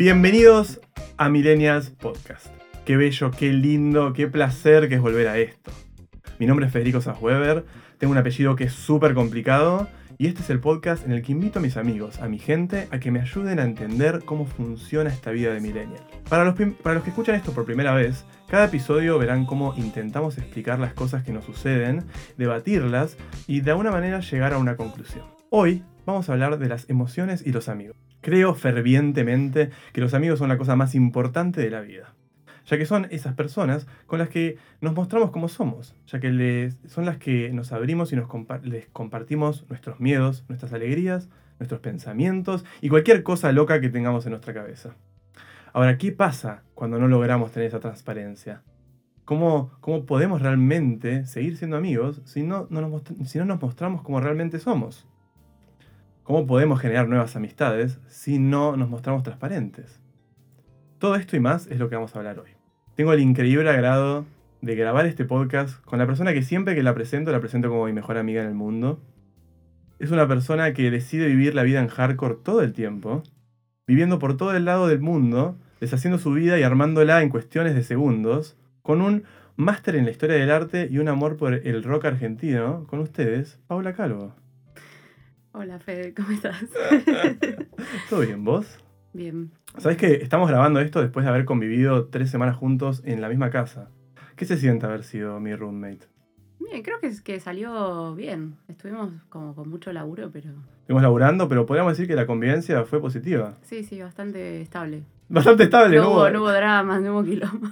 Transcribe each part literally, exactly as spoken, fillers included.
Bienvenidos a Millennials Podcast. Qué bello, qué lindo, qué placer que es volver a esto. Mi nombre es Federico Sasweber, tengo un apellido que es súper complicado y este es el podcast en el que invito a mis amigos, a mi gente, a que me ayuden a entender cómo funciona esta vida de millennial. Para los, para los que escuchan esto por primera vez, cada episodio verán cómo intentamos explicar las cosas que nos suceden, debatirlas y de alguna manera llegar a una conclusión. Hoy vamos a hablar de las emociones y los amigos. Creo fervientemente que los amigos son la cosa más importante de la vida, ya que son esas personas con las que nos mostramos como somos, ya que les, son las que nos abrimos y nos compa- les compartimos nuestros miedos, nuestras alegrías, nuestros pensamientos y cualquier cosa loca que tengamos en nuestra cabeza. Ahora, ¿qué pasa cuando no logramos tener esa transparencia? ¿Cómo, cómo podemos realmente seguir siendo amigos si no, no nos most- si no nos mostramos como realmente somos? ¿Cómo podemos generar nuevas amistades si no nos mostramos transparentes? Todo esto y más es lo que vamos a hablar hoy. Tengo el increíble agrado de grabar este podcast con la persona que siempre que la presento, la presento como mi mejor amiga en el mundo. Es una persona que decide vivir la vida en hardcore todo el tiempo, viviendo por todo el lado del mundo, deshaciendo su vida y armándola en cuestiones de segundos, con un máster en la historia del arte y un amor por el rock argentino. Con ustedes, Paula Calvo. Hola Fede, ¿cómo estás? ¿Todo bien, vos? Bien. ¿Sabés que estamos grabando esto después de haber convivido tres semanas juntos en la misma casa? ¿Qué se siente haber sido mi roommate? Bien, creo que, es que salió bien. Estuvimos como con mucho laburo, pero... Estuvimos laburando, pero podríamos decir que la convivencia fue positiva. Sí, sí, bastante estable. Bastante estable, No ¿no? hubo, no hubo dramas, no hubo quilombo.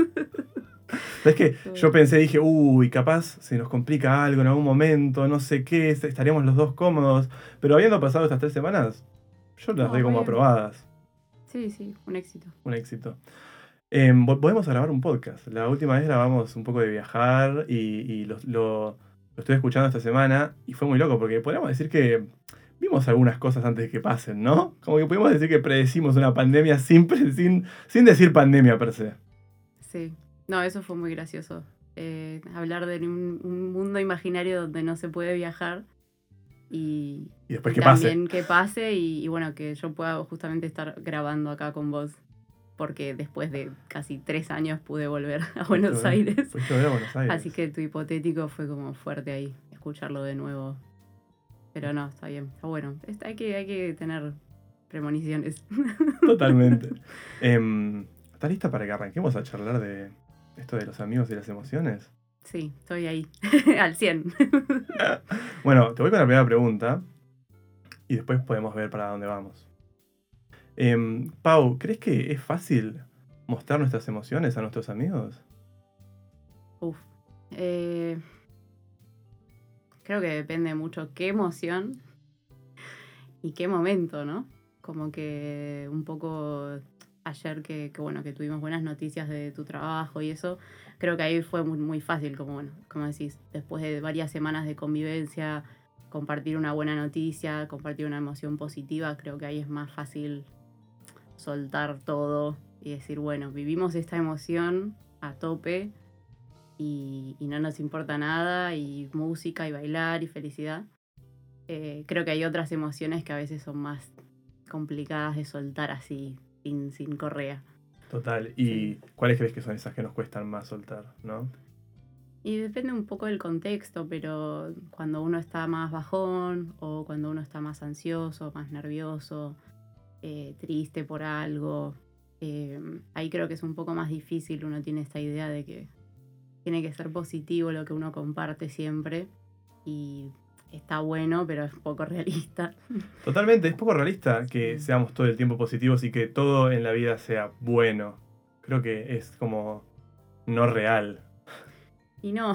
¿Sabés qué? Yo pensé, dije, uy, capaz se nos complica algo en algún momento, no sé qué, estaríamos los dos cómodos. Pero habiendo pasado estas tres semanas, yo las No, doy como re bien. aprobadas. Sí, sí, un éxito. Un éxito. Eh, podemos grabar un podcast. La última vez grabamos un poco de viajar y, y lo, lo, lo estoy escuchando esta semana y fue muy loco porque podríamos decir que vimos algunas cosas antes de que pasen, ¿no? Como que podemos decir que predecimos una pandemia sin, sin, sin decir pandemia per se. Sí, no, eso fue muy gracioso. Eh, hablar de un, un mundo imaginario donde no se puede viajar y, y después y que también pase. que pase y, y bueno, que yo pueda justamente estar grabando acá con vos. Porque después de casi tres años pude volver a Buenos Fuiste, Aires. Fuiste a ver a Buenos Aires. Así que tu hipotético fue como fuerte ahí, escucharlo de nuevo. Pero no, está bien, está bueno. Hay que, hay que tener premoniciones. Totalmente. eh, ¿Estás lista para que arranquemos a charlar de esto de los amigos y las emociones? Sí, estoy ahí, al cien. Bueno, te voy con la primera pregunta y después podemos ver para dónde vamos. Eh, Pau, ¿crees que es fácil mostrar nuestras emociones a nuestros amigos? Uf. Eh, creo que depende mucho qué emoción y qué momento, ¿no? Como que un poco ayer que, que bueno, que tuvimos buenas noticias de tu trabajo y eso, creo que ahí fue muy, muy fácil, como bueno, como decís, después de varias semanas de convivencia, compartir una buena noticia, compartir una emoción positiva, creo que ahí es más fácil soltar todo y decir, bueno, vivimos esta emoción a tope y, y no nos importa nada, y música y bailar y felicidad. Eh, creo que hay otras emociones que a veces son más complicadas de soltar así, sin, sin correa. Total. ¿Y Sí. cuáles crees que son esas que nos cuestan más soltar, no? Y depende un poco del contexto, pero cuando uno está más bajón o cuando uno está más ansioso, más nervioso, Eh, triste por algo, eh, ahí creo que es un poco más difícil. Uno tiene esta idea de que tiene que ser positivo lo que uno comparte siempre y está bueno, pero es poco realista. Totalmente, es poco realista que Sí. seamos todo el tiempo positivos y que todo en la vida sea bueno. Creo que es como no real. Y no,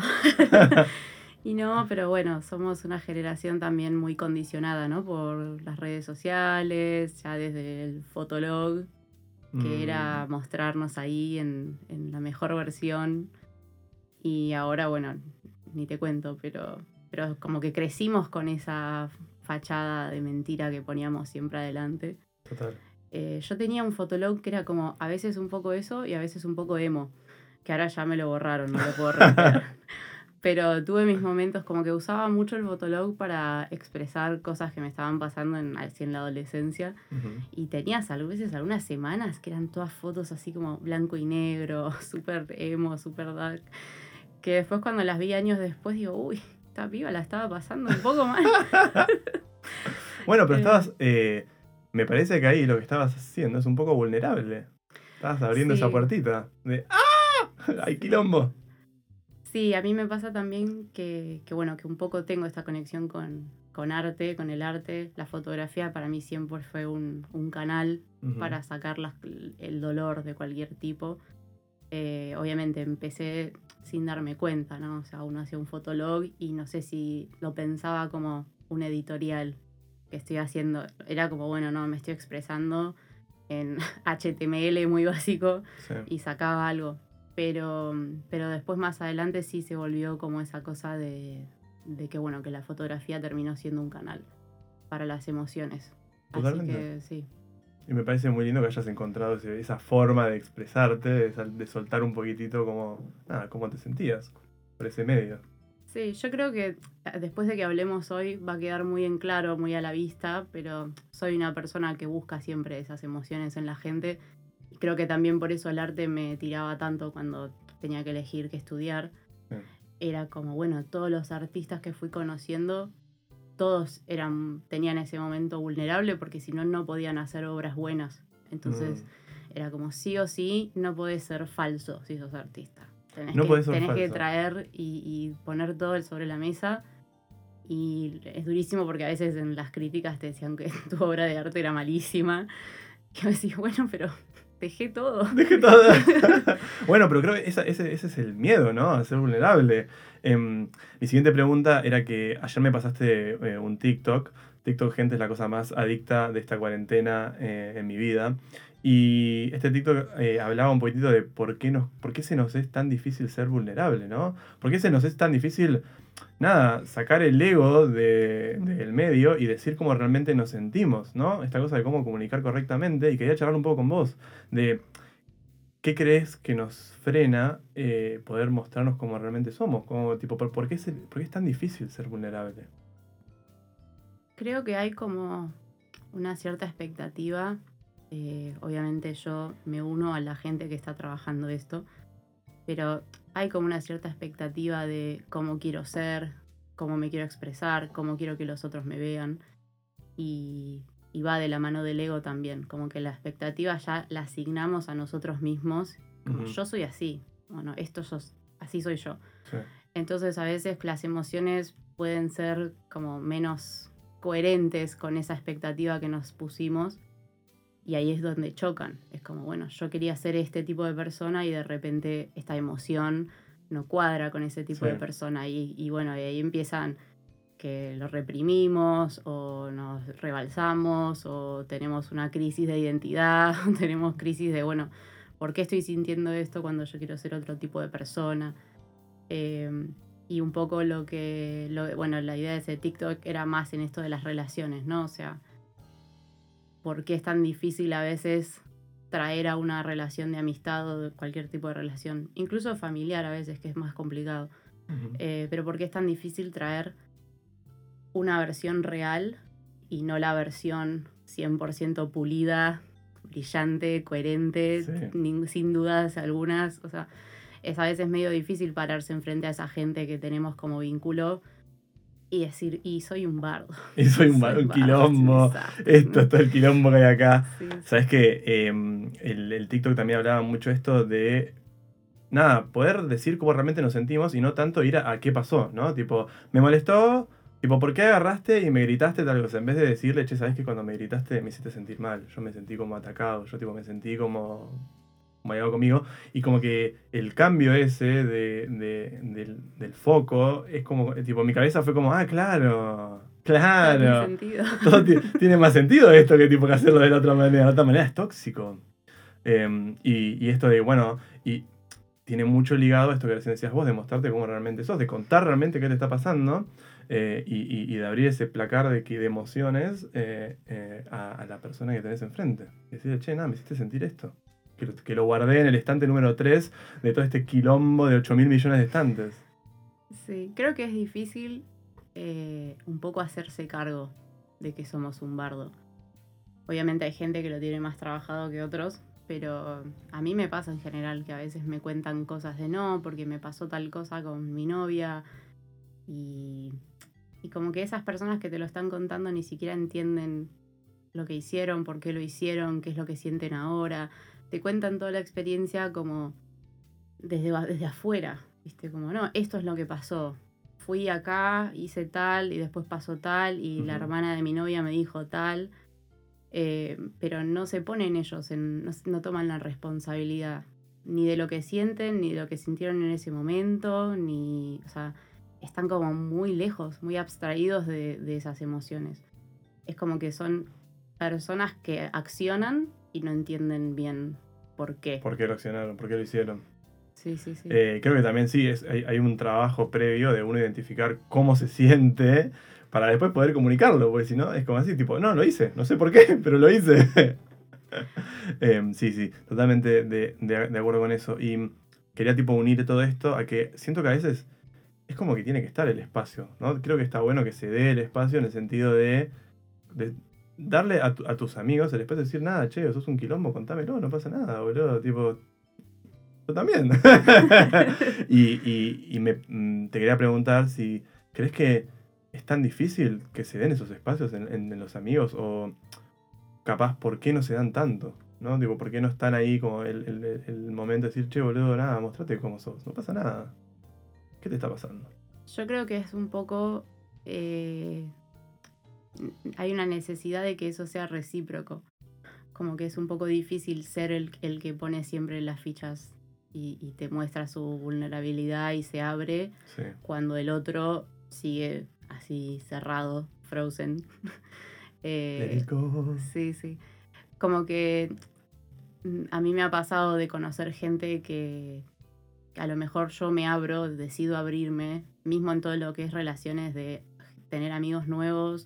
y no, pero bueno, somos una generación también muy condicionada, ¿no? Por las redes sociales, ya desde el Fotolog, que Mm, era mostrarnos ahí en, en la mejor versión. Y ahora, bueno, ni te cuento, pero, pero como que crecimos con esa fachada de mentira que poníamos siempre adelante. total. Eh, yo tenía un fotolog que era como a veces un poco eso y a veces un poco emo, que ahora ya me lo borraron, no lo puedo recuperar. Pero tuve mis momentos como que usaba mucho el Fotolog para expresar cosas que me estaban pasando en, así en la adolescencia. Ujú. Y tenías a veces algunas semanas que eran todas fotos así como blanco y negro, súper emo, súper dark. Que después cuando las vi años después digo, uy, esta piba la estaba pasando un poco mal. Bueno, pero Eh, estabas, eh, me parece que ahí lo que estabas haciendo es un poco vulnerable. Estabas abriendo esa sí, puertita de ¡ah! ¡Hay sí. quilombo! Sí, a mí me pasa también que, que bueno, que un poco tengo esta conexión con, con arte, con el arte. La fotografía para mí siempre fue un, un canal Ujú. para sacar las- el dolor de cualquier tipo. Eh, obviamente empecé sin darme cuenta, ¿no? O sea, uno hacía un fotolog y no sé si lo pensaba como un editorial que estoy haciendo. Era como, bueno, no, me estoy expresando en H T M L muy básico Sí. y sacaba algo. Pero, pero después más adelante sí se volvió como esa cosa de, de que, bueno, que la fotografía terminó siendo un canal para las emociones. Así Totalmente. que sí. Y me parece muy lindo que hayas encontrado ese- esa forma de expresarte, de, sal- de soltar un poquitito como, nada, cómo te sentías por ese medio. Sí, yo creo que después de que hablemos hoy va a quedar muy en claro, muy a la vista, pero soy una persona que busca siempre esas emociones en la gente. Y creo que también por eso el arte me tiraba tanto cuando tenía que elegir qué estudiar. Sí. Era como, bueno, todos los artistas que fui conociendo, todos eran, tenían ese momento vulnerable porque si no, no podían hacer obras buenas. Entonces Mm. era como sí o sí, no podés ser falso si sos artista. Tenés, No que, podés ser tenés que falso. traer y, y poner todo sobre la mesa. Y es durísimo porque a veces en las críticas te decían que tu obra de arte era malísima. Y yo decía, bueno, pero dejé todo. Dejé todo. Bueno, pero creo que esa- ese, ese es el miedo, ¿no? A ser vulnerable. Em, mi siguiente pregunta era que ayer me pasaste eh, un TikTok. TikTok, gente, es la cosa más adicta de esta cuarentena eh, en mi vida. Y este TikTok eh, hablaba un poquitito de por qué, nos, por qué se nos es tan difícil ser vulnerable, ¿no? ¿Por qué se nos es tan difícil, nada, sacar el ego de- del medio y decir cómo realmente nos sentimos, ¿no? Esta cosa de cómo comunicar correctamente. Y quería charlar un poco con vos de qué crees que nos frena eh, poder mostrarnos como realmente somos. Como, tipo, ¿por, por qué es, el- por qué es tan difícil ser vulnerable? Creo que hay como una cierta expectativa. Eh, obviamente yo me uno a la gente que está trabajando esto, pero hay como una cierta expectativa de cómo quiero ser, cómo me quiero expresar, cómo quiero que los otros me vean. Y, y va de la mano del ego también, como que la expectativa ya la asignamos a nosotros mismos, como Ujú. yo soy así, bueno, esto yo, así soy yo. Sí. Entonces a veces las emociones pueden ser como menos coherentes con esa expectativa que nos pusimos y ahí es donde chocan. Es como, bueno, yo quería ser este tipo de persona y de repente esta emoción no cuadra con ese tipo Sí. de persona y, y bueno, y ahí empiezan que lo reprimimos o nos rebalsamos o tenemos una crisis de identidad, tenemos crisis de, bueno, ¿por qué estoy sintiendo esto cuando yo quiero ser otro tipo de persona? Eh, y un poco lo que, lo, bueno, la idea de ese TikTok era más en esto de las relaciones, ¿no? O sea, ¿por qué es tan difícil a veces traer a una relación de amistad o de cualquier tipo de relación, incluso familiar a veces, que es más complicado? Ujú. Eh, pero ¿por qué es tan difícil traer una versión real y no la versión cien por ciento pulida, brillante, coherente, Sí. nin- sin dudas algunas? O sea, es a veces medio difícil pararse enfrente a esa gente que tenemos como vínculo y decir, y soy un bardo. Y soy un, ba- Soy un un bardo, soy un quilombo. desastre. Esto es todo el quilombo que hay acá. Sí, sí. Sabes que em, el, el TikTok también hablaba mucho esto de. Nada, poder decir cómo realmente nos sentimos y no tanto ir a, a qué pasó, ¿no? Tipo, me molestó, tipo, ¿por qué agarraste y me gritaste tal cosa? En vez de decirle, che, ¿sabes que cuando me gritaste me hiciste sentir mal? Yo me sentí como atacado, yo tipo me sentí como, como hay algo conmigo. Y como que el cambio ese de, de- del, del foco es como, tipo, mi cabeza fue como, ah, claro, Todo tiene claro. sentido. Todo ti- tiene más sentido esto que tipo que hacerlo de la otra manera. De la otra manera es tóxico. Em, y, y esto de, bueno, y tiene mucho ligado a esto que recién decías vos, de mostrarte cómo realmente sos, de contar realmente qué te está pasando eh, y, y- y de abrir ese placar de, que- de emociones eh, eh, a, a la persona que tenés enfrente. Y decirle, che, nada, me hiciste sentir esto. Que lo, que lo guardé en el estante número tres de todo este quilombo de ocho mil millones de estantes. Sí, creo que es difícil eh, un poco hacerse cargo de que somos un bardo. Obviamente hay gente que lo tiene más trabajado que otros, pero a mí me pasa en general que a veces me cuentan cosas de no, porque me pasó tal cosa con mi novia y, y como que esas personas que te lo están contando ni siquiera entienden lo que hicieron, por qué lo hicieron, qué es lo que sienten ahora. Te cuentan toda la experiencia como desde, desde afuera, ¿viste? Como, no, esto es lo que pasó. Fui acá, hice tal y después pasó tal y uh-huh. La hermana de mi novia me dijo tal. Eh, pero no se ponen ellos, en, no, no toman la responsabilidad ni de lo que sienten, ni de lo que sintieron en ese momento, ni, o sea, están como muy lejos, muy abstraídos de, de esas emociones. Es como que son personas que accionan y no entienden bien por qué. ¿Por qué lo accionaron? ¿Por qué lo hicieron? Sí, sí, sí. Eh, creo que también sí, es, hay, hay un trabajo previo de uno identificar cómo se siente para después poder comunicarlo, porque si no, es como así, tipo, no, lo hice, no sé por qué, pero lo hice. eh, sí, sí, totalmente de, de, de acuerdo con eso. Y quería tipo unir todo esto a que siento que a veces es como que tiene que estar el espacio, ¿no? Creo que está bueno que se dé el espacio en el sentido de, de darle a, tu, a tus amigos el espacio de decir, nada, che, sos un quilombo, contámelo, no pasa nada, boludo, tipo... Yo también. y y, y me, te quería preguntar si crees que es tan difícil que se den esos espacios en, en, en los amigos o capaz por qué no se dan tanto, ¿no? Digo, ¿por qué no están ahí como el, el, el momento de decir, che, boludo, nada, mostrate cómo sos, no pasa nada? ¿Qué te está pasando? Yo creo que es un poco... Eh, hay una necesidad de que eso sea recíproco. Como que es un poco difícil ser el, el que pone siempre las fichas y, y te muestra su vulnerabilidad y se abre, sí. Cuando el otro sigue así cerrado, frozen. eh, sí, sí. Como que a mí me ha pasado de conocer gente que, que a lo mejor yo me abro, decido abrirme, mismo en todo lo que es relaciones de tener amigos nuevos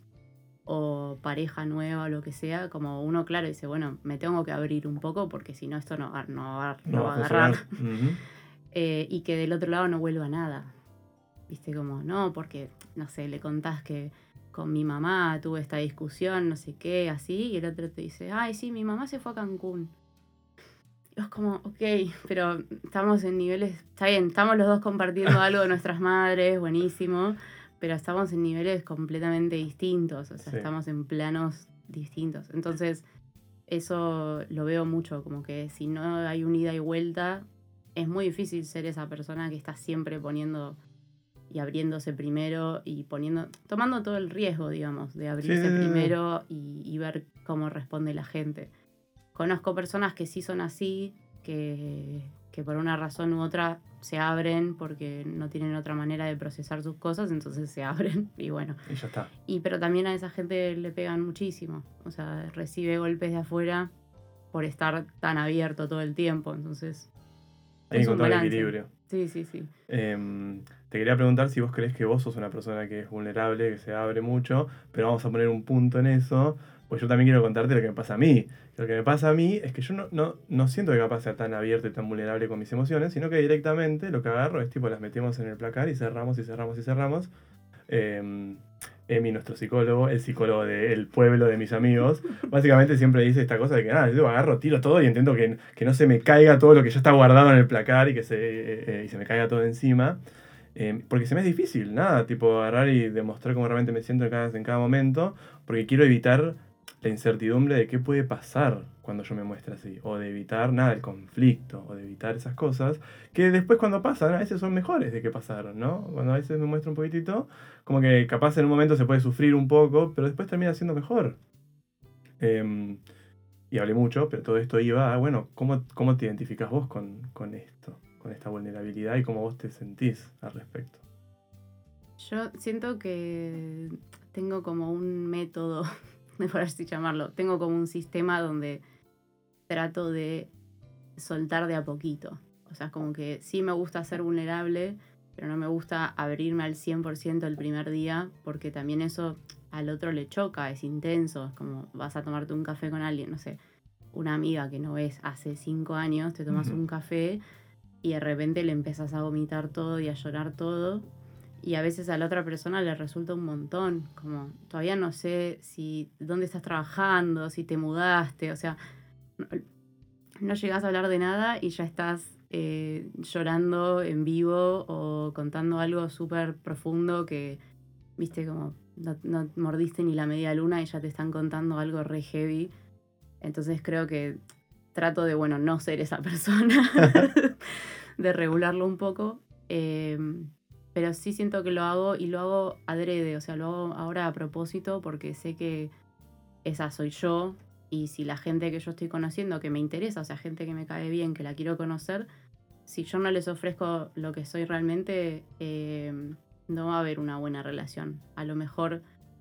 o pareja nueva o lo que sea, como uno, claro, dice, bueno, me tengo que abrir un poco porque si no esto no, no, no, no va a agarrar. Uh-huh. eh, y que del otro lado no vuelva nada. Viste, como, no, porque, no sé, le contás que con mi mamá tuve esta discusión, no sé qué, así, y el otro te dice, ay, sí, mi mamá se fue a Cancún. Y es como, ok, pero estamos en niveles, está bien, estamos los dos compartiendo algo de nuestras madres, buenísimo, pero estamos en niveles completamente distintos, o sea, sí. Estamos en planos distintos. Entonces, eso lo veo mucho, como que si no hay un ida y vuelta, es muy difícil ser esa persona que está siempre poniendo y abriéndose primero y poniendo, tomando todo el riesgo, digamos, de abrirse sí. primero y, y ver cómo responde la gente. Conozco personas que sí son así, que, que por una razón u otra se abren porque no tienen otra manera de procesar sus cosas, entonces se abren y bueno. Y ya está. Y pero también a esa gente le pegan muchísimo, o sea, recibe golpes de afuera por estar tan abierto todo el tiempo, entonces hay que encontrar el equilibrio. Sí, sí, sí. Eh, te quería preguntar si vos crees que vos sos una persona que es vulnerable, que se abre mucho, pero vamos a poner un punto en eso, pues yo también quiero contarte lo que me pasa a mí. Lo que me pasa a mí es que yo no, no, no siento que capaz sea tan abierto y tan vulnerable con mis emociones, sino que directamente lo que agarro es tipo las metemos en el placar y cerramos y cerramos y cerramos. Eh, Emi, nuestro psicólogo, el psicólogo del pueblo de mis amigos, básicamente siempre dice esta cosa de que nada, yo agarro, tiro todo y intento que, que no se me caiga todo lo que ya está guardado en el placar y que se, eh, y se me caiga todo encima. Eh, porque se me es difícil, nada, tipo agarrar y demostrar cómo realmente me siento en cada, en cada momento, porque quiero evitar la incertidumbre de qué puede pasar cuando yo me muestre así, o de evitar nada, el conflicto, o de evitar esas cosas, que después cuando pasan, a veces son mejores de que pasaron, ¿no? Cuando a veces me muestro un poquitito, como que capaz en un momento se puede sufrir un poco, pero después termina siendo mejor. Eh, y hablé mucho, pero todo esto iba a, bueno, ¿cómo, cómo te identificas vos con, con esto, con esta vulnerabilidad y cómo vos te sentís al respecto? Yo siento que tengo como un método, por así llamarlo, tengo como un sistema donde trato de soltar de a poquito. O sea, es como que sí me gusta ser vulnerable, pero no me gusta abrirme al cien por ciento el primer día, porque también eso al otro le choca, es intenso. Es como vas a tomarte un café con alguien, no sé, una amiga que no ves hace cinco años, te tomas uh-huh. un café y de repente le empezás a vomitar todo y a llorar todo. Y a veces a la otra persona le resulta un montón, como todavía no sé si dónde estás trabajando, si te mudaste, o sea, no, no llegás a hablar de nada y ya estás eh, llorando en vivo o contando algo súper profundo que, viste, como no, no mordiste ni la media luna y ya te están contando algo re heavy. Entonces creo que trato de, bueno, no ser esa persona, de regularlo un poco. Eh, pero sí siento que lo hago y lo hago adrede, o sea, lo hago ahora a propósito porque sé que esa soy yo y si la gente que yo estoy conociendo, que me interesa, o sea, gente que me cae bien, que la quiero conocer, si yo no les ofrezco lo que soy realmente, eh, no va a haber una buena relación. A lo mejor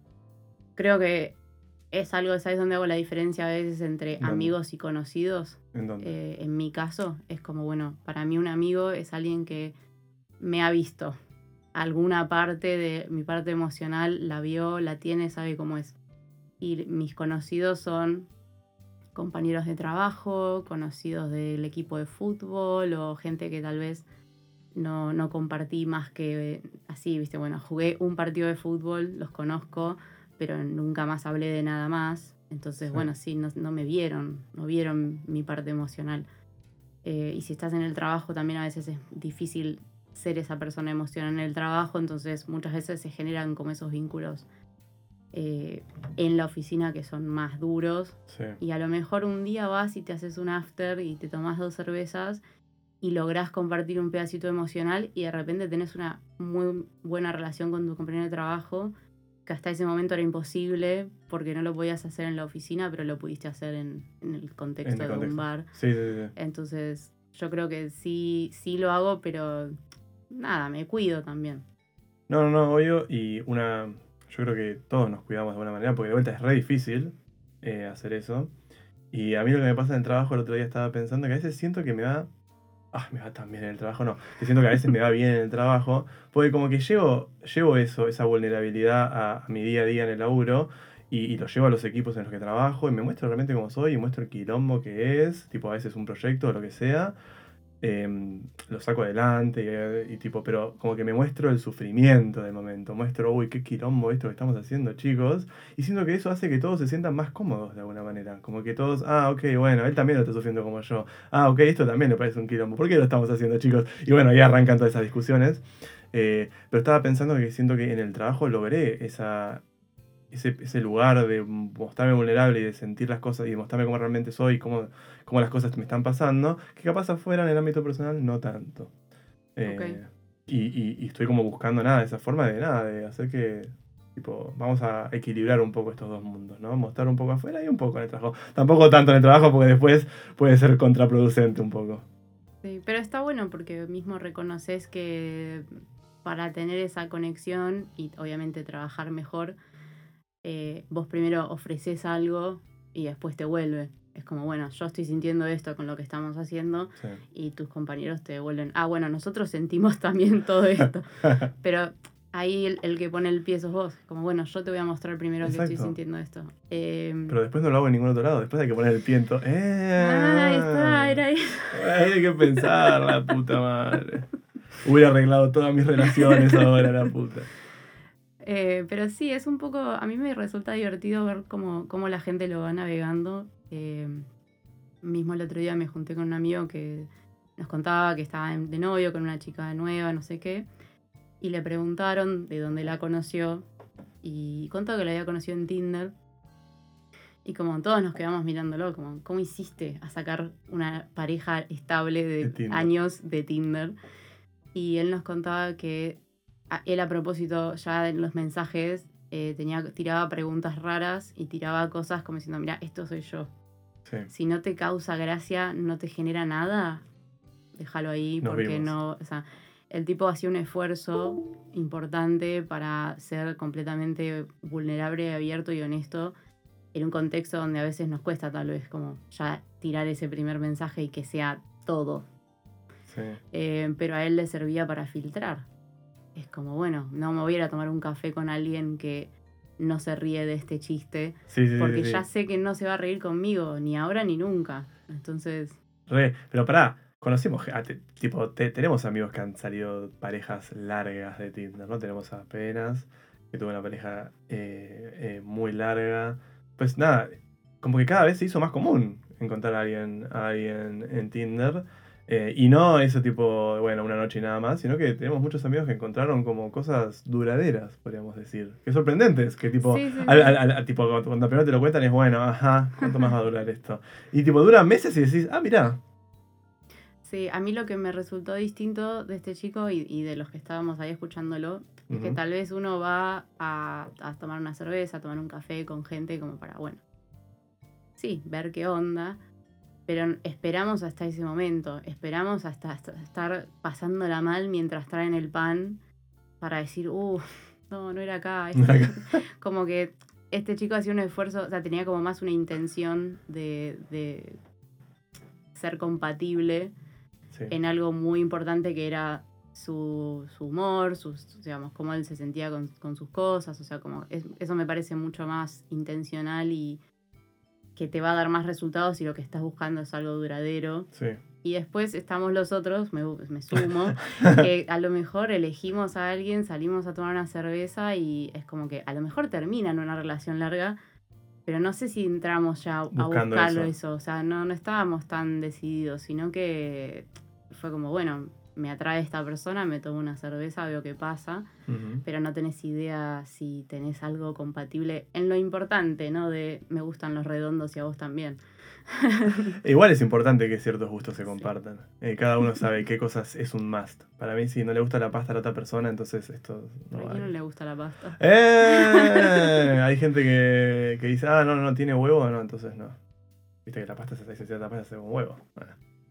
creo que es algo, ¿sabes dónde hago la diferencia a veces entre ¿Dónde? amigos y conocidos? ¿En dónde? Eh, en mi caso, es como, bueno, para mí un amigo es alguien que me ha visto. Alguna parte de mi parte emocional la vio, la tiene, sabe cómo es. Y mis conocidos son compañeros de trabajo, conocidos del equipo de fútbol o gente que tal vez no, no compartí más que así, viste, bueno, jugué un partido de fútbol, los conozco, pero nunca más hablé de nada más. Entonces, Sí. bueno, sí, no, no me vieron, no vieron mi parte emocional. Eh, y si estás en el trabajo también a veces es difícil ser esa persona emocional en el trabajo, entonces muchas veces se generan como esos vínculos eh, en la oficina que son más duros. Sí. Y a lo mejor un día vas y te haces un after y te tomas dos cervezas y lográs compartir un pedacito emocional y de repente tenés una muy buena relación con tu compañero de trabajo que hasta ese momento era imposible porque no lo podías hacer en la oficina, pero lo pudiste hacer en, en el contexto En el de contexto. un bar. Sí, sí, sí. Entonces yo creo que sí, sí lo hago, pero nada, me cuido también. No, no, no, obvio. Y una. Yo creo que todos nos cuidamos de alguna manera, porque de vuelta es re difícil eh, hacer eso. Y a mí lo que me pasa en el trabajo, el otro día estaba pensando que a veces siento que me va. Ah, me va tan bien en el trabajo, no. Que siento que a veces me va bien en el trabajo, porque como que llevo, llevo eso, esa vulnerabilidad a, a mi día a día en el laburo. Y, y lo llevo a los equipos en los que trabajo y me muestro realmente cómo soy y muestro el quilombo que es, tipo a veces un proyecto o lo que sea. em, lo saco adelante y, y tipo, pero como que me muestro el sufrimiento del momento, muestro, uy, qué quilombo esto que estamos haciendo, chicos, y siento que eso hace que todos se sientan más cómodos de alguna manera, como que todos, ah, ok, bueno, él también lo está sufriendo como yo, ah, ok, esto también me parece un quilombo, ¿por qué lo estamos haciendo, chicos? Y bueno, ahí arrancan todas esas discusiones, eh, pero estaba pensando que siento que en el trabajo logré esa... Ese, ese lugar de mostrarme vulnerable y de sentir las cosas y de mostrarme cómo realmente soy, cómo, cómo las cosas me están pasando, que capaz afuera en el ámbito personal no tanto. Ok. Eh, y, y- y estoy como buscando nada, esa forma de nada, de hacer que, tipo, vamos a equilibrar un poco estos dos mundos, ¿no? Mostrar un poco afuera y un poco en el trabajo. Tampoco tanto en el trabajo porque después puede ser contraproducente un poco. Sí, pero está bueno porque mismo reconoces que para tener esa conexión y obviamente trabajar mejor, eh, vos primero ofreces algo y después te vuelve. Es como, bueno, yo estoy sintiendo esto con lo que estamos haciendo Sí. y tus compañeros te devuelven. Ah, bueno, nosotros sentimos también todo esto. Pero ahí el, el que pone el pie sos vos. Como, bueno, yo te voy a mostrar primero que estoy Exacto. sintiendo esto. Eh, Pero después no lo hago en ningún otro lado, después hay que poner el piento. ¡Eh! ah, ahí está, era ahí. Hay que pensar, la puta madre. Hubiera arreglado todas mis relaciones ahora, la puta. Eh, pero sí, es un poco, a mí me resulta divertido ver cómo, cómo la gente lo va navegando. Eh, mismo el otro día me junté con un amigo que nos contaba que estaba en- de novio con una chica nueva, no sé qué, y le preguntaron de dónde la conoció y contó que la había conocido en Tinder. Y como todos nos quedamos mirándolo, como, ¿cómo hiciste a sacar una pareja estable De de Tinder. años de Tinder? Y él nos contaba que a- él a propósito ya en los mensajes eh, tenía, tiraba preguntas raras y tiraba cosas como diciendo, mira, esto soy yo. Sí, Si no te causa gracia, no te genera nada, déjalo ahí nos porque vimos. no, o sea, el tipo hacía un esfuerzo importante para ser completamente vulnerable, abierto y honesto en un contexto donde a veces nos cuesta tal vez como ya tirar ese primer mensaje y que sea todo. Sí. Eh, pero a él le servía para filtrar. Es como, bueno, no me voy a ir a tomar un café con alguien que no se ríe de este chiste, Sí, sí, porque sí, sí. ya sé que no se va a reír conmigo, ni ahora ni nunca. Entonces, Re, pero pará, conocimos, a- te- tipo, te- tenemos amigos que han salido parejas largas de Tinder, ¿no? Tenemos a Penas, que tuvo una pareja eh, eh, muy larga. Pues nada, como que cada vez se hizo más común encontrar a alguien, a alguien en Tinder. Eh, y no ese tipo, bueno, una noche y nada más, sino que tenemos muchos amigos que encontraron como cosas duraderas, podríamos decir. Que sorprendentes, que tipo, Sí, sí, al, sí. al- al- al- tipo cuando, cuando primero te lo cuentan es bueno, ajá, ¿cuánto más va a durar esto? Y tipo, dura meses y decís, ah, mirá. Sí, a mí lo que me resultó distinto de este chico y, y de los que estábamos ahí escuchándolo es que Ujú. tal vez uno va a, a tomar una cerveza, a tomar un café con gente como para, bueno, sí, ver qué onda, pero esperamos hasta ese momento, esperamos hasta, hasta estar pasándola mal mientras traen el pan para decir, uh, no, no era acá. Es como que este chico hacía un esfuerzo, o sea, tenía como más una intención de, de ser compatible Sí. en algo muy importante que era su, su humor, sus, digamos, cómo él se sentía con, con sus cosas, o sea, como es- eso me parece mucho más intencional y que te va a dar más resultados si lo que estás buscando es algo duradero. Sí. Y después estamos los otros, me, me sumo, que a lo mejor elegimos a alguien, salimos a tomar una cerveza y es como que a lo mejor termina en una relación larga, pero no sé si entramos ya a Buscando buscarlo eso. eso. O sea, no, no estábamos tan decididos, sino que fue como, bueno, me atrae esta persona, me tomo una cerveza, veo qué pasa, Ujú. pero no tenés idea si tenés algo compatible en lo importante, ¿no? De me gustan los redondos y a vos también. Igual es importante que ciertos gustos se Sí. compartan. Eh, cada uno sabe qué cosas es un must. Para mí, si no le gusta la pasta a la otra persona, entonces esto ¿A no quién no vale. le gusta la pasta? ¡Eh! Hay gente que, que dice, ah, no, no, no tiene huevo, no, entonces no. Viste que la pasta se hace, la pasta se hace con huevo. Bueno.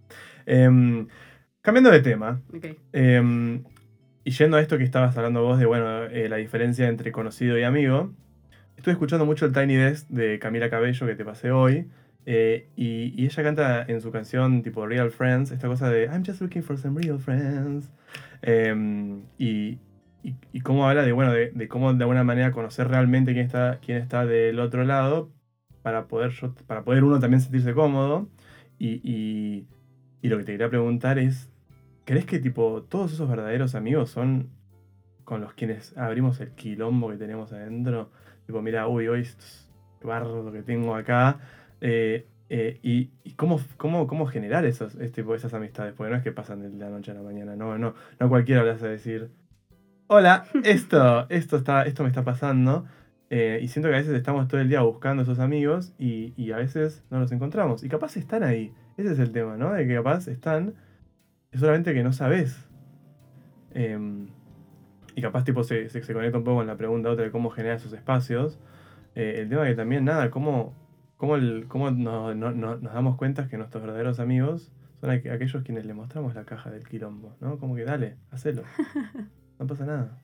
Em, cambiando de tema, Ok. em, y yendo a esto que estabas hablando vos de, bueno, eh, la diferencia entre conocido y amigo, estuve escuchando mucho el Tiny Desk de Camila Cabello que te pasé hoy. eh, y, y ella canta en su canción tipo Real Friends, esta cosa de I'm just looking for some real friends. Em, y, y, y cómo habla de, bueno, de, de cómo de alguna manera conocer realmente quién está, quién está del otro lado para poder, yo- para poder uno también sentirse cómodo. Y, y, y lo que te quería preguntar es, ¿crees que tipo todos esos verdaderos amigos son con los quienes abrimos el quilombo que tenemos adentro? Tipo, mira, uy, hoy estos barro que tengo acá. eh, eh, y y cómo, cómo, cómo generar esos, este, tipo, esas amistades, porque no es que pasan de la noche a la mañana, no, no, no cualquiera le hace decir, hola, esto, esto, está, esto me está pasando. eh, y siento que a veces estamos todo el día buscando esos amigos y, y a veces no los encontramos. Y capaz están ahí. Ese es el tema, ¿no? De que capaz están, es solamente que no sabes. Em, y capaz tipo se, se, se conecta un poco con la pregunta otra de cómo generar esos espacios. Eh, el tema que también, nada, cómo, cómo, el, cómo no- no- no- nos damos cuenta que nuestros verdaderos amigos son aqu- aquellos quienes le mostramos la caja del quilombo, ¿no? Como que dale, hacelo. No pasa nada.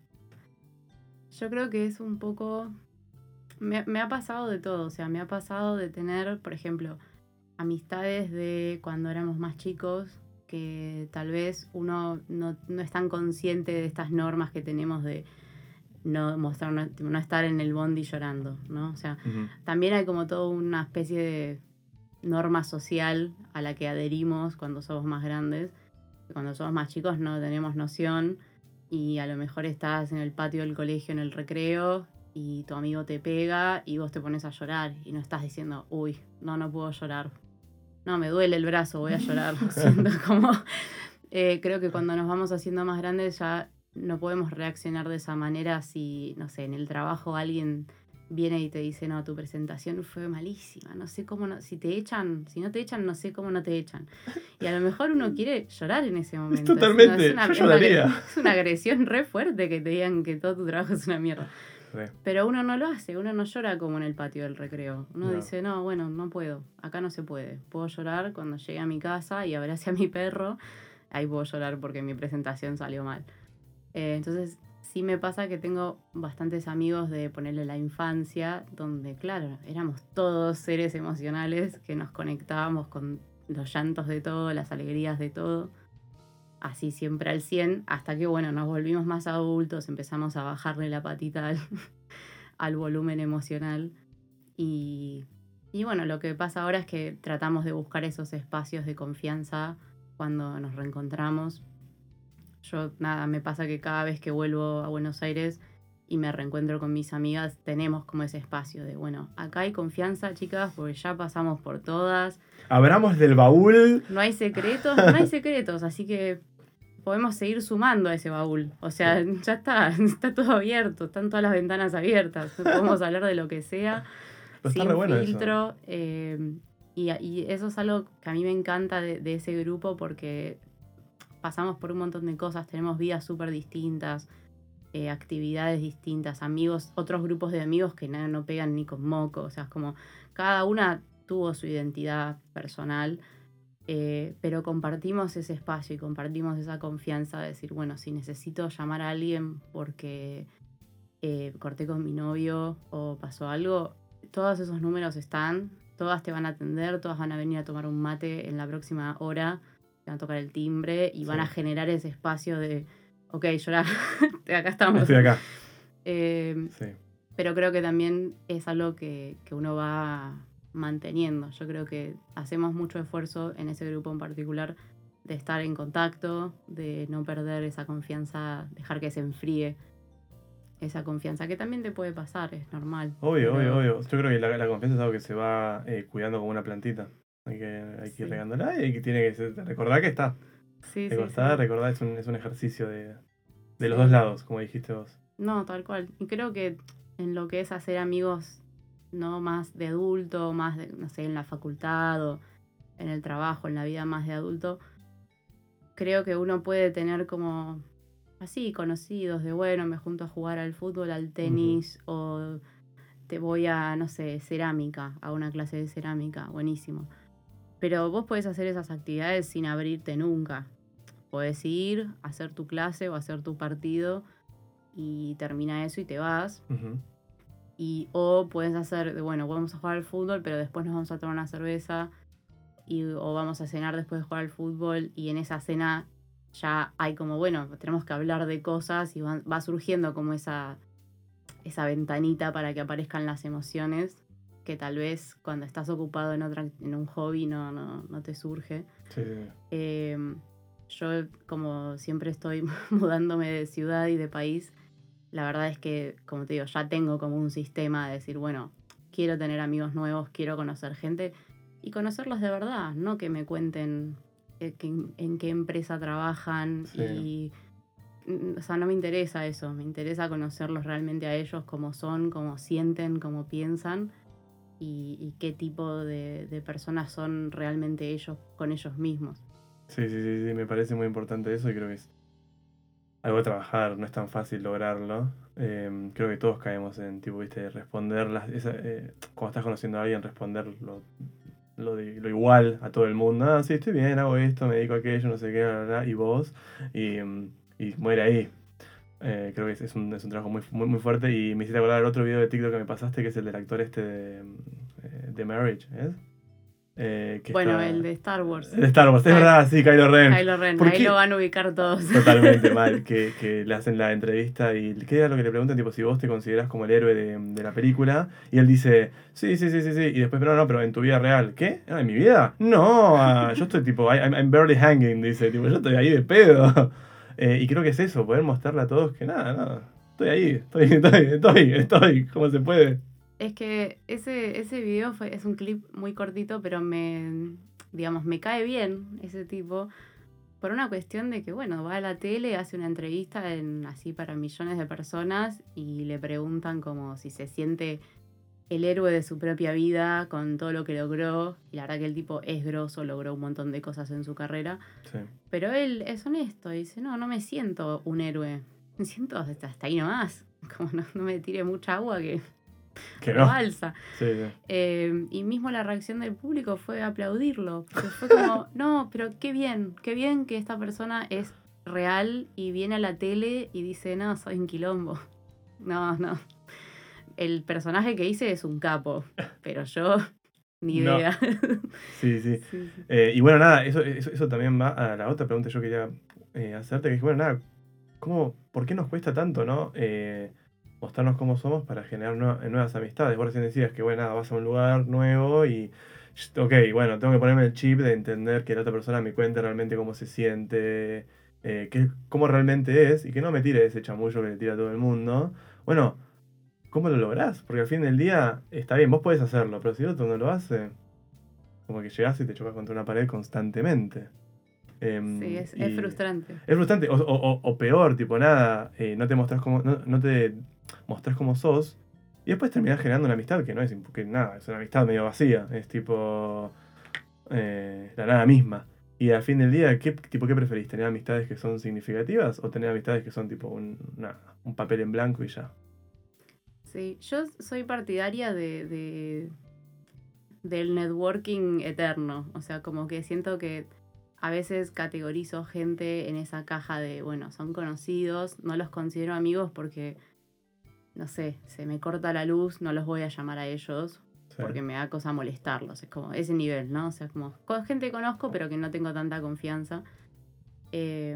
Yo creo que es un poco... Me, me ha pasado de todo, o sea, me ha pasado de tener, por ejemplo, amistades de cuando éramos más chicos, que tal vez uno no, no es tan consciente de estas normas que tenemos de no mostrar, no, no estar en el bondi llorando, ¿no? O sea, Ujú. también hay como toda una especie de norma social a la que adherimos cuando somos más grandes. Cuando somos más chicos no tenemos noción y a lo mejor estás en el patio del colegio en el recreo y tu amigo te pega y vos te pones a llorar y no estás diciendo, uy, no, no puedo llorar. No, me duele el brazo, voy a llorar. Siento como... eh, creo que cuando nos vamos haciendo más grandes ya no podemos reaccionar de esa manera si, no sé, en el trabajo alguien viene y te dice, no, tu presentación fue malísima, no sé cómo, no, si te echan, si no te echan, no sé cómo no te echan. Y a lo mejor uno quiere llorar en ese momento. Totalmente, es, una, yo es, una, lloraría. es una agresión re fuerte que te digan que todo tu trabajo es una mierda. Re. Pero uno no lo hace, uno no llora como en el patio del recreo. Uno No. dice, no, bueno, no puedo, acá no se puede. Puedo llorar cuando llegue a mi casa y abrace a mi perro, ahí puedo llorar porque mi presentación salió mal. Eh, entonces, sí me pasa que tengo bastantes amigos de ponerle la infancia, donde, claro, éramos todos seres emocionales que nos conectábamos con los llantos de todo, las alegrías de todo. Así siempre al cien, hasta que, bueno, nos volvimos más adultos, empezamos a bajarle la patita al, al volumen emocional. Y, y bueno, lo que pasa ahora es que tratamos de buscar esos espacios de confianza cuando nos reencontramos. Yo, nada, me pasa que cada vez que vuelvo a Buenos Aires y me reencuentro con mis amigas, tenemos como ese espacio de, bueno, acá hay confianza, chicas, porque ya pasamos por todas. Abramos del baúl. No hay secretos, no hay secretos, así que podemos seguir sumando a ese baúl. O sea, sí. ya está, está todo abierto, están todas las ventanas abiertas, podemos hablar de lo que sea, Pero sin está re bueno filtro. Eso. Eh, y, y eso es algo que a mí me encanta de, de ese grupo porque pasamos por un montón de cosas, tenemos vidas súper distintas, eh, actividades distintas, amigos, otros grupos de amigos que no, no pegan ni con moco. O sea, es como cada una tuvo su identidad personal. Eh, pero compartimos ese espacio y compartimos esa confianza de decir, bueno, si necesito llamar a alguien porque eh, corté con mi novio o pasó algo, todos esos números están, todas te van a atender, todas van a venir a tomar un mate en la próxima hora, te van a tocar el timbre y sí. van a generar ese espacio de, ok, llorar, acá estamos. Estoy acá. Eh, sí. Pero creo que también es algo que, que uno va manteniendo. Yo creo que hacemos mucho esfuerzo en ese grupo en particular de estar en contacto, de no perder esa confianza, dejar que se enfríe esa confianza, que también te puede pasar, es normal. Obvio, pero... obvio, obvio. Yo creo que la, la confianza es algo que se va eh, cuidando como una plantita. Hay que, hay que sí. ir regándola y hay que, tiene que ser, recordar que está. Sí, recordar, sí, sí. recordar es un, es un ejercicio de, de sí. los dos lados, como dijiste vos. No, tal cual. Y creo que en lo que es hacer amigos, no más de adulto, más de, no sé, en la facultad o en el trabajo, en la vida más de adulto, creo que uno puede tener como así conocidos de, bueno, me junto a jugar al fútbol, al tenis, uh-huh. o te voy a, no sé, cerámica, a una clase de cerámica, buenísimo. Pero vos podés hacer esas actividades sin abrirte nunca. Podés ir, hacer tu clase o hacer tu partido y termina eso y te vas. Uh-huh. Y, o puedes hacer, bueno, vamos a jugar al fútbol, pero después nos vamos a tomar una cerveza y, o vamos a cenar después de jugar al fútbol y en esa cena ya hay como, bueno, tenemos que hablar de cosas y va, va surgiendo como esa, esa ventanita para que aparezcan las emociones que tal vez cuando estás ocupado en, otra, en un hobby no, no, no te surge. Sí, sí. Eh, yo como siempre estoy mudándome de ciudad y de país, la verdad es que, como te digo, ya tengo como un sistema de decir, bueno, quiero tener amigos nuevos, quiero conocer gente y conocerlos de verdad, no que me cuenten eh, que, en qué empresa trabajan sí. y... O sea, no me interesa eso, me interesa conocerlos realmente a ellos, cómo son, cómo sienten, cómo piensan y, y qué tipo de, de personas son realmente ellos con ellos mismos. Sí, sí, sí, sí, me parece muy importante eso y creo que es algo a trabajar, no es tan fácil lograrlo. Eh, creo que todos caemos en, tipo, viste, responder, las, esa, eh, cuando estás conociendo a alguien, responder lo, lo, de, lo igual a todo el mundo. Ah, sí, estoy bien, hago esto, me dedico a aquello, no sé qué, bla, bla, bla, y vos, y, y muere ahí. Eh, creo que es, es, un, es un trabajo muy, muy, muy fuerte y me hiciste acordar el otro video de TikTok que me pasaste, que es el del actor este de, de Marriage, ¿es? Eh, que bueno, está... el de Star Wars. El de Star Wars, es verdad, sí, Kylo Ren. Kylo Ren, ahí lo van a ubicar todos. Totalmente mal, que, que le hacen la entrevista y ¿qué era lo que le preguntan? Tipo, si vos te considerás como el héroe de, de la película. Y él dice, sí, sí, sí, sí, sí. Y después, pero no, pero en tu vida real. ¿Qué? Ah, ¿en mi vida? No, ah, yo estoy tipo, I, I'm, I'm barely hanging, dice. Tipo, yo estoy ahí de pedo. Eh, y creo que es eso, poder mostrarle a todos que nada, nada. Estoy ahí, estoy, estoy, estoy, estoy, ¿cómo se puede? Es que ese, ese video fue, es un clip muy cortito, pero me, digamos, me cae bien ese tipo por una cuestión de que, bueno, va a la tele, hace una entrevista en, así para millones de personas y le preguntan como si se siente el héroe de su propia vida con todo lo que logró. Y la verdad que el tipo es grosso, logró un montón de cosas en su carrera. Sí. Pero él es honesto y dice, no, no me siento un héroe. Me siento hasta, hasta ahí nomás. Como no, no me tire mucha agua que... Que no. Balsa. Sí, sí. Eh, y mismo la reacción del público fue aplaudirlo. Porque fue como, no, pero qué bien, qué bien que esta persona es real y viene a la tele y dice, no, soy un quilombo. No, no. El personaje que hice es un capo, pero yo, ni idea. No. Sí, sí. sí, sí. Eh, y bueno, nada, eso, eso, eso también va a la otra pregunta que yo quería eh, hacerte, que es, bueno, nada, ¿cómo, ¿por qué nos cuesta tanto, no? Eh, mostrarnos cómo somos para generar nueva, nuevas amistades. Vos recién decías que, bueno, nada, vas a un lugar nuevo y ok, bueno, tengo que ponerme el chip de entender que la otra persona me cuente realmente cómo se siente, eh, qué- cómo realmente es, y que no me tire ese chamullo que le tira a todo el mundo. Bueno, ¿cómo lo lográs? Porque al fin del día, está bien, vos podés hacerlo, pero si el otro no lo hace, como que llegás y te chocas contra una pared constantemente. Sí, Em, es, es y frustrante. es frustrante, o, o- o- o peor, tipo, nada, eh, no te mostrás como, no, no te mostrás como sos, y después terminás generando una amistad que no es, imp- que nada, es una amistad medio vacía, es tipo eh, la nada misma. Y al fin del día, ¿qué, tipo, ¿qué preferís? ¿Tener amistades que son significativas o tener amistades que son tipo un, nada, un papel en blanco y ya? Sí, yo soy partidaria de, de- del networking eterno. O sea, como que siento que a veces categorizo gente en esa caja de, bueno, son conocidos, no los considero amigos porque, no sé, se me corta la luz, no los voy a llamar a ellos Sí. porque me da cosa molestarlos. Es como ese nivel, ¿no? O sea, como con gente que conozco pero que no tengo tanta confianza. Eh,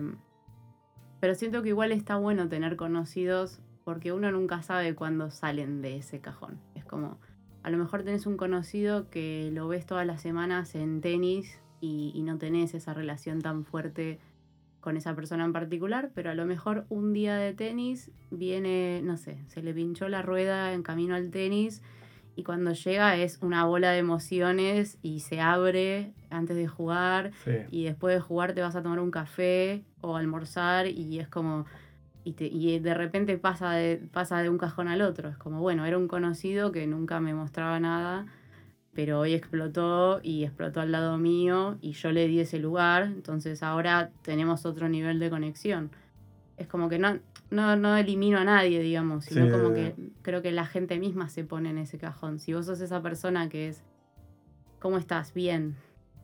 pero siento que igual está bueno tener conocidos porque uno nunca sabe cuándo salen de ese cajón. Es como, a lo mejor tenés un conocido que lo ves todas las semanas en tenis y, y no tenés esa relación tan fuerte con esa persona en particular, pero a lo mejor un día de tenis viene, no sé, se le pinchó la rueda en camino al tenis y cuando llega es una bola de emociones y se abre antes de jugar Sí. y después de jugar te vas a tomar un café o almorzar y es como y, te, y de repente pasa de, pasa de un cajón al otro. Es como, bueno, era un conocido que nunca me mostraba nada, pero hoy explotó y explotó al lado mío y yo le di ese lugar, entonces ahora tenemos otro nivel de conexión. Es como que no, no, no elimino a nadie, digamos, Sí, sino como que creo que la gente misma se pone en ese cajón. Si vos sos esa persona que es, ¿cómo estás? Bien.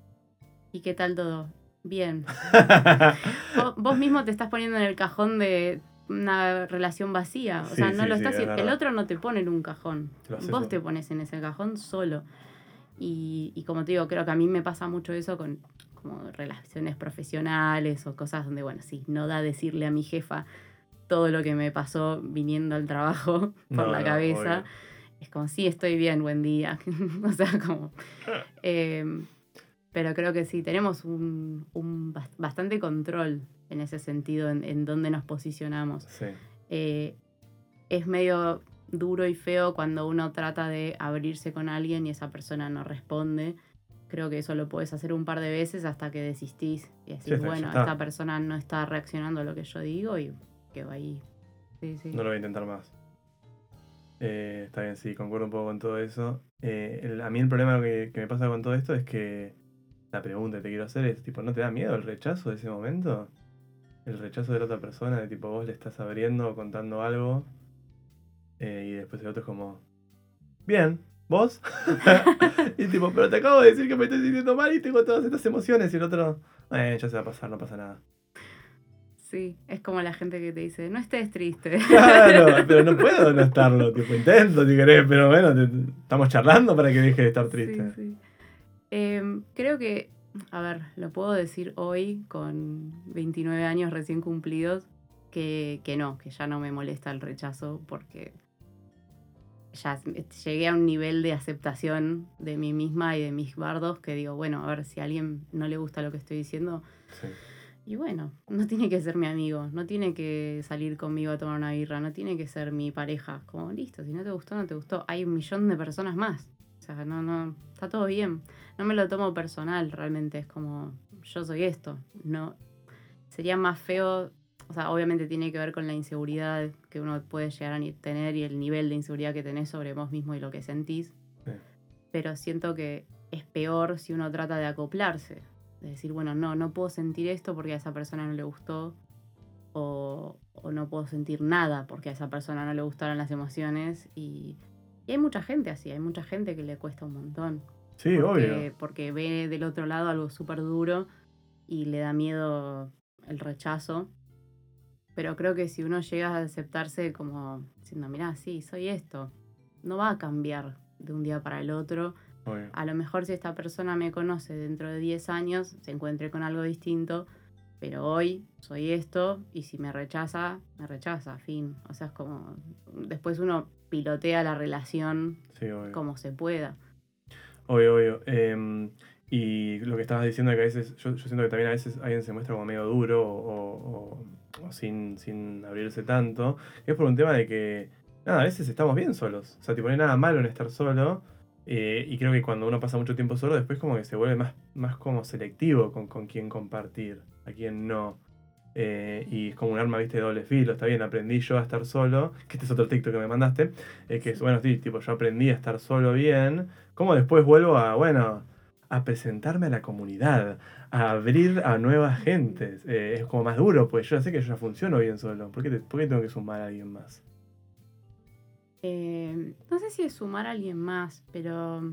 ¿Y qué tal todo? Bien. Vos, vos mismo te estás poniendo en el cajón de una relación vacía. O sí, sea, no sí, lo sí, estás. es El verdad. otro no te pone en un cajón. Lo haces Vos vos. te pones en ese cajón solo. Y, y como te digo, creo que a mí me pasa mucho eso con como relaciones profesionales o cosas donde, bueno, sí, no da decirle a mi jefa todo lo que me pasó viniendo al trabajo por No, la no, cabeza. obvio. Es como, sí, estoy bien, buen día. O sea, como... eh, pero creo que sí, tenemos un, un bas- bastante control en ese sentido, en, en dónde nos posicionamos. Sí. Eh, es medio duro y feo cuando uno trata de abrirse con alguien y esa persona no responde. Creo que eso lo puedes hacer un par de veces hasta que desistís y decís, Sí, está, ya bueno, está. esta persona no está reaccionando a lo que yo digo y quedo ahí. Sí, sí. No lo voy a intentar más. Eh, está bien, sí, concuerdo un poco con todo eso. Eh, el- a mí el problema que, que me pasa con todo esto es que la pregunta que te quiero hacer es, tipo, ¿no te da miedo el rechazo de ese momento? El rechazo de la otra persona, de tipo, vos le estás abriendo o contando algo, eh, y después el otro es como, bien, ¿vos? Y tipo, pero te acabo de decir que me estoy sintiendo mal y tengo todas estas emociones, y el otro, eh, ya se va a pasar, no pasa nada. Sí, es como la gente que te dice, no estés triste. Claro, pero no puedo no estarlo, tipo, intento si querés, pero bueno, te- estamos charlando para que deje de estar Sí, triste. sí. Em, creo que, a ver, lo puedo decir hoy con veintinueve años recién cumplidos, que, que no, que ya no me molesta el rechazo porque ya llegué a un nivel de aceptación de mí misma y de mis bardos que digo, bueno, a ver, si a alguien no le gusta lo que estoy diciendo, Sí. y bueno, no tiene que ser mi amigo, no tiene que salir conmigo a tomar una birra, no tiene que ser mi pareja. Como listo, si no te gustó, no te gustó. Hay un millón de personas más. O sea, no, no, está todo bien. No me lo tomo personal, realmente. Es como, yo soy esto. No, sería más feo. O sea, obviamente tiene que ver con la inseguridad que uno puede llegar a ni- tener y el nivel de inseguridad que tenés sobre vos mismo y lo que sentís. Sí. Pero siento que es peor si uno trata de acoplarse. De decir, bueno, no, no puedo sentir esto porque a esa persona no le gustó. O, o no puedo sentir nada porque a esa persona no le gustaron las emociones. Y, y hay mucha gente así, hay mucha gente que le cuesta un montón. Sí, Porque, obvio. porque ve del otro lado algo súper duro y le da miedo el rechazo. Pero creo que si uno llega a aceptarse como diciendo, mirá, sí, soy esto, no va a cambiar de un día para el otro. Obvio. A lo mejor si esta persona me conoce dentro de diez años, se encuentre con algo distinto, pero hoy soy esto y si me rechaza, me rechaza, fin. O sea, es como, después uno pilotea la relación Sí, obvio. como se pueda. Obvio, obvio. Eh, y lo que estabas diciendo es que a veces, yo, yo siento que también a veces alguien se muestra como medio duro o, o- o sin, sin abrirse tanto. Y es por un tema de que, nada, a veces estamos bien solos. O sea, tipo, no hay nada malo en estar solo. Eh, y creo que cuando uno pasa mucho tiempo solo, después como que se vuelve más, más como selectivo con, con quién compartir, a quién no. Eh, y es como un arma, viste, de doble filo. Está bien, aprendí yo a estar solo. Que este es otro TikTok que me mandaste. Eh, que es, Sí. bueno, sí, tipo, yo aprendí a estar solo bien. ¿Cómo después vuelvo a, bueno, a presentarme a la comunidad? A abrir a nuevas gentes. Eh, es como más duro, pues yo ya sé que yo ya funciono bien solo. ¿Por qué, te- por qué tengo que sumar a alguien más? Eh, no sé si es sumar a alguien más, pero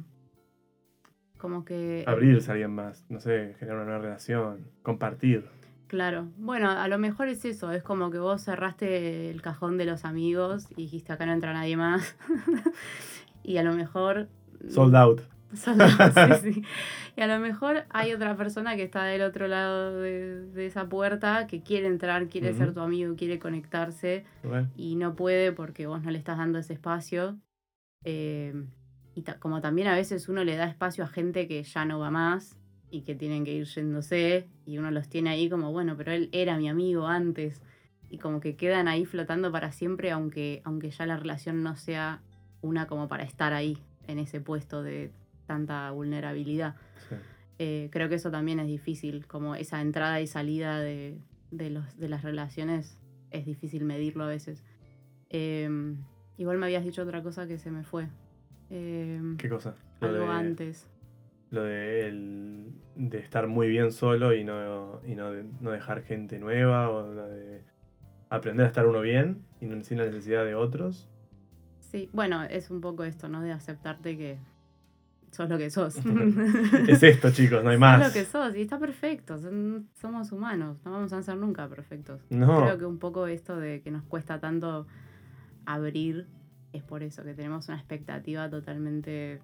como que el- Abrirse a alguien más. No sé, generar una nueva relación. Compartir. claro, bueno, a lo mejor es eso, es como que vos cerraste el cajón de los amigos y dijiste acá no entra nadie más. Y a lo mejor... Sold mm, out. soldado, sí, sí. Y a lo mejor hay otra persona que está del otro lado de, de esa puerta que quiere entrar, quiere ser Ujú. tu amigo, quiere conectarse Bueno, y no puede porque vos no le estás dando ese espacio. Eh, y ta- como también a veces uno le da espacio a gente que ya no va más y que tienen que ir yéndose y uno los tiene ahí como, bueno, pero él era mi amigo antes y como que quedan ahí flotando para siempre aunque, aunque ya la relación no sea una como para estar ahí en ese puesto de tanta vulnerabilidad. sí. Eh, creo que eso también es difícil, como esa entrada y salida de, de, los, de las relaciones es difícil medirlo a veces. Eh, igual me habías dicho otra cosa que se me fue. Eh, ¿Qué cosa? Lo algo de, antes. lo de, el- de estar muy bien solo y no, y no, de- no dejar gente nueva, o lo de aprender a estar uno bien y no, sin la necesidad de otros. Sí, bueno, es un poco esto, ¿no? De aceptarte que sos lo que sos. Es esto, chicos, no hay Sos lo que más. sos y está perfecto. son- somos humanos, no vamos a ser nunca perfectos. Creo No. que un poco esto de que nos cuesta tanto abrir es por eso, que tenemos una expectativa totalmente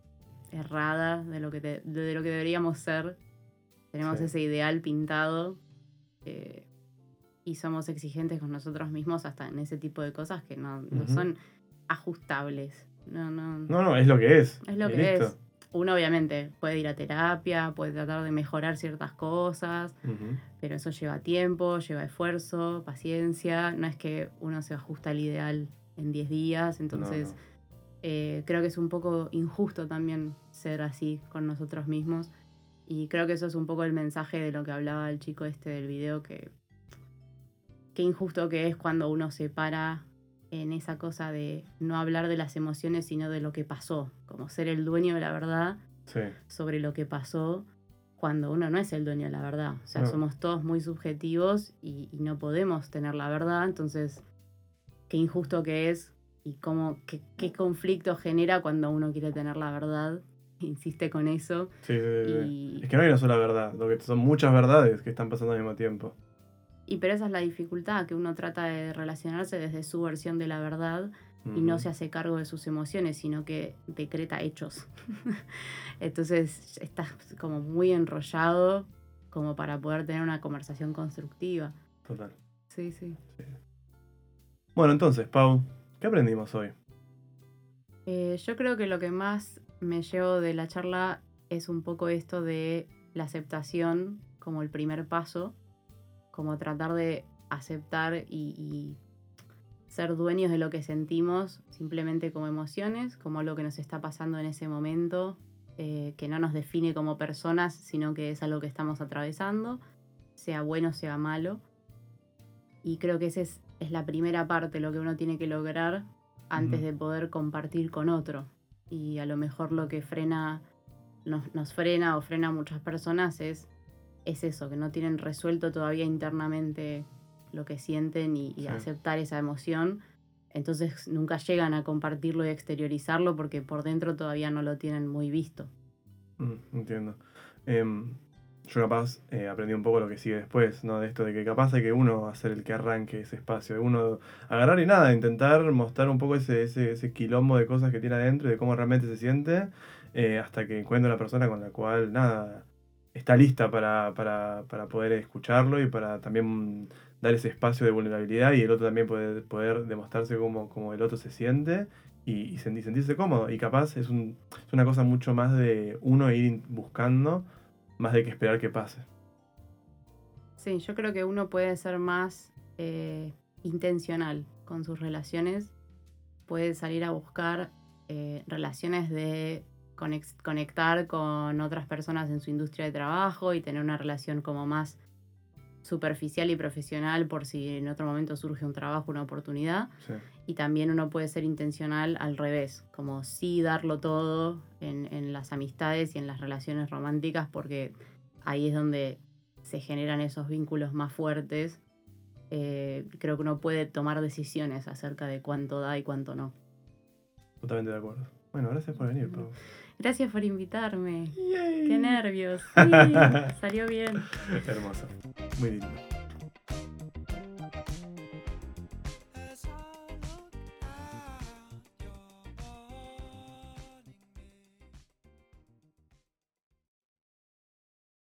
errada de lo que, te- de lo que deberíamos ser. Tenemos Sí. ese ideal pintado eh, y somos exigentes con nosotros mismos hasta en ese tipo de cosas que no, no Ujú. son ajustables. No, no, No, no, es lo que es. es lo Y que listo. es. Uno obviamente puede ir a terapia, puede tratar de mejorar ciertas cosas, Ujú. pero eso lleva tiempo, lleva esfuerzo, paciencia. No es que uno se ajusta al ideal en diez días, No, entonces no. eh, creo que es un poco injusto también ser así con nosotros mismos. Y creo que eso es un poco el mensaje de lo que hablaba el chico este del video, que qué injusto que es cuando uno se para en esa cosa de no hablar de las emociones, sino de lo que pasó, como ser el dueño de la verdad Sí. sobre lo que pasó cuando uno no es el dueño de la verdad. O sea, No. somos todos muy subjetivos y, y no podemos tener la verdad, entonces qué injusto que es y cómo, qué, qué conflicto genera cuando uno quiere tener la verdad, insiste con eso. Sí, sí, sí, sí. Y, Es que no hay una sola verdad. Lo que son muchas verdades que están pasando al mismo tiempo. y pero esa es la dificultad, que uno trata de relacionarse desde su versión de la verdad y no Ujú. se hace cargo de sus emociones, sino que decreta hechos. Entonces estás como muy enrollado como para poder tener una conversación constructiva. Total. Sí, sí. Sí. Bueno, entonces, Pau, ¿qué aprendimos hoy? Eh, yo creo que lo que más me llevo de la charla es un poco esto de la aceptación como el primer paso, como tratar de aceptar y, y ser dueños de lo que sentimos simplemente como emociones, como algo que nos está pasando en ese momento, eh, que no nos define como personas, sino que es algo que estamos atravesando, sea bueno, sea malo. Y creo que esa es, es la primera parte, lo que uno tiene que lograr antes Ujú. de poder compartir con otro. Y a lo mejor lo que frena, nos, nos frena o frena a muchas personas es, es eso, que no tienen resuelto todavía internamente lo que sienten y, y Sí. aceptar esa emoción. Entonces nunca llegan a compartirlo y exteriorizarlo porque por dentro todavía no lo tienen muy visto. Mm, entiendo. Em, yo capaz eh, aprendí un poco lo que sigue después, ¿no? De esto de que capaz hay que uno hacer el que arranque ese espacio, de uno agarrar y nada, intentar mostrar un poco ese, ese, ese quilombo de cosas que tiene adentro y de cómo realmente se siente, eh, hasta que encuentre una persona con la cual, nada, está lista para, para, para poder escucharlo y para también dar ese espacio de vulnerabilidad y el otro también poder, poder demostrarse cómo, cómo el otro se siente y, y sentir, sentirse cómodo. Y capaz es, un, es una cosa mucho más de uno ir buscando, más de que esperar que pase. Sí, yo creo que uno puede ser más eh, intencional con sus relaciones, puede salir a buscar eh, relaciones de conex- conectar con otras personas en su industria de trabajo y tener una relación como más superficial y profesional por si en otro momento surge un trabajo, una oportunidad. Sí. Y también uno puede ser intencional al revés, como sí darlo todo en, en las amistades y en las relaciones románticas, porque ahí es donde se generan esos vínculos más fuertes. Eh, creo que uno puede tomar decisiones acerca de cuánto da y cuánto no. Totalmente de acuerdo. Bueno, gracias por venir, Pau. Gracias por invitarme. Yay. Qué nervios. Sí, salió bien. Hermoso. Muy lindo.